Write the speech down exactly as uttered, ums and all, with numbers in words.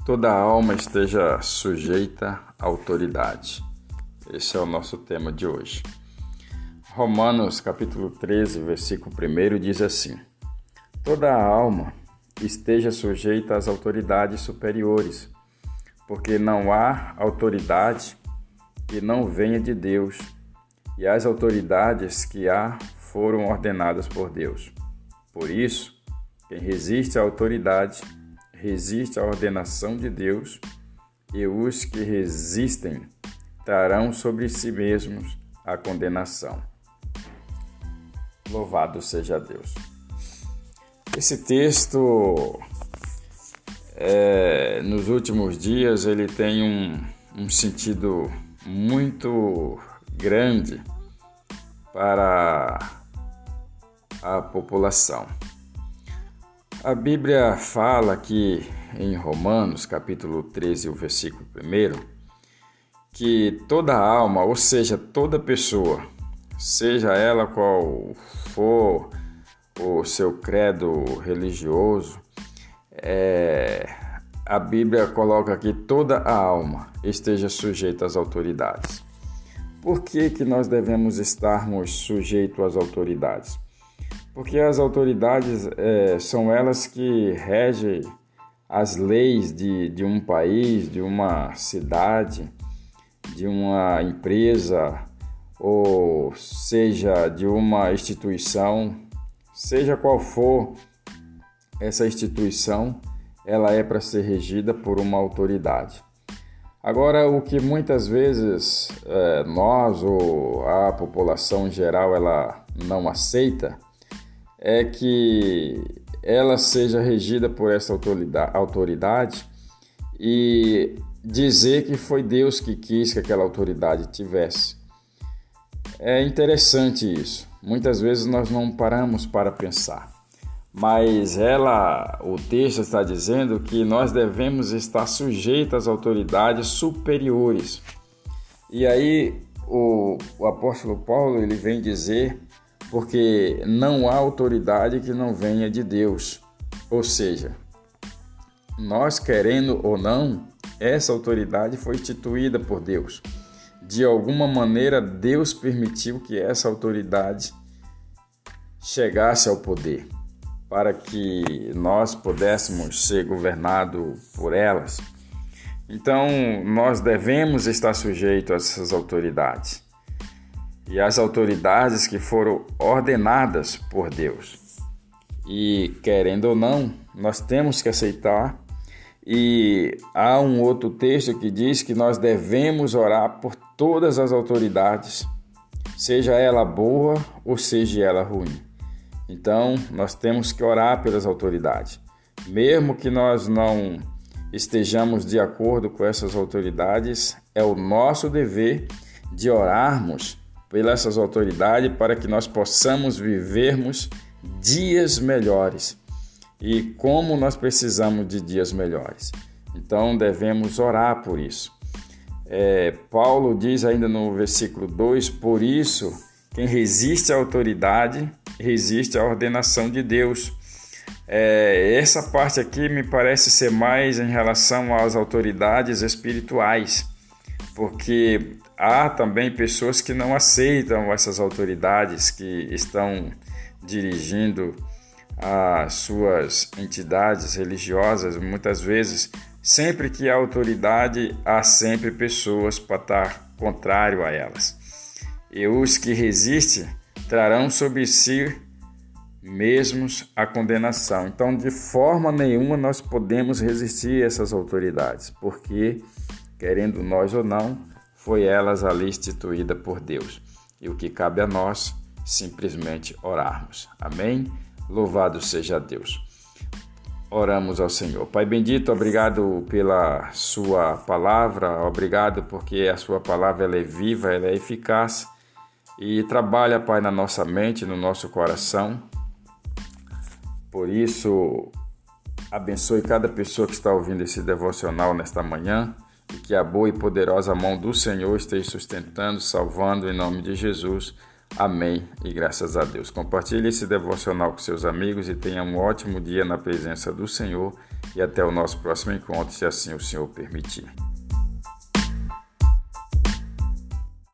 Toda alma esteja sujeita à autoridade. Esse é o nosso tema de hoje. Romanos capítulo treze, versículo um diz assim: Toda alma esteja sujeita às autoridades superiores, porque não há autoridade que não venha de Deus, e as autoridades que há foram ordenadas por Deus. Por isso, quem resiste à autoridade, resiste à ordenação de Deus, e os que resistem trarão sobre si mesmos a condenação. Louvado seja Deus. Esse texto, é, nos últimos dias, ele tem um, um sentido muito grande para a população. A Bíblia fala aqui em Romanos, capítulo treze, o versículo um, que toda alma, ou seja, toda pessoa, seja ela qual for o seu credo religioso, é, a Bíblia coloca que toda a alma esteja sujeita às autoridades. Por que que nós devemos estarmos sujeitos às autoridades? Porque as autoridades é, são elas que regem as leis de, de um país, de uma cidade, de uma empresa, ou seja, de uma instituição, seja qual for essa instituição, ela é para ser regida por uma autoridade. Agora, o que muitas vezes é, nós ou a população em geral ela não aceita é que ela seja regida por essa autoridade e dizer que foi Deus que quis que aquela autoridade tivesse. É interessante isso. Muitas vezes nós não paramos para pensar. Mas ela, o texto está dizendo que nós devemos estar sujeitos às autoridades superiores. E aí o, o apóstolo Paulo ele vem dizer porque não há autoridade que não venha de Deus. Ou seja, nós querendo ou não, essa autoridade foi instituída por Deus. De alguma maneira, Deus permitiu que essa autoridade chegasse ao poder, para que nós pudéssemos ser governados por elas. Então, nós devemos estar sujeitos a essas autoridades. E as autoridades que foram ordenadas por Deus. E, querendo ou não, nós temos que aceitar. E há um outro texto que diz que nós devemos orar por todas as autoridades, seja ela boa ou seja ela ruim. Então, nós temos que orar pelas autoridades. Mesmo que nós não estejamos de acordo com essas autoridades, é o nosso dever de orarmos pelas essas autoridades para que nós possamos vivermos dias melhores. E como nós precisamos de dias melhores. Então devemos orar por isso. É, Paulo diz ainda no versículo dois, por isso quem resiste à autoridade, resiste à ordenação de Deus. É, essa parte aqui me parece ser mais em relação às autoridades espirituais, porque há também pessoas que não aceitam essas autoridades que estão dirigindo as suas entidades religiosas. Muitas vezes, sempre que há autoridade, há sempre pessoas para estar contrário a elas. E os que resistem trarão sobre si mesmos a condenação. Então, de forma nenhuma, nós podemos resistir a essas autoridades, porque, querendo nós ou não, foi elas ali instituída por Deus. E o que cabe a nós, simplesmente orarmos. Amém? Louvado seja Deus. Oramos ao Senhor. Pai bendito, obrigado pela sua palavra, obrigado porque a sua palavra ela é viva, ela é eficaz e trabalha, Pai, na nossa mente, no nosso coração. Por isso, abençoe cada pessoa que está ouvindo esse devocional nesta manhã e que a boa e poderosa mão do Senhor esteja sustentando, salvando em nome de Jesus. Amém e graças a Deus. Compartilhe esse devocional com seus amigos e tenha um ótimo dia na presença do Senhor e até o nosso próximo encontro, se assim o Senhor permitir.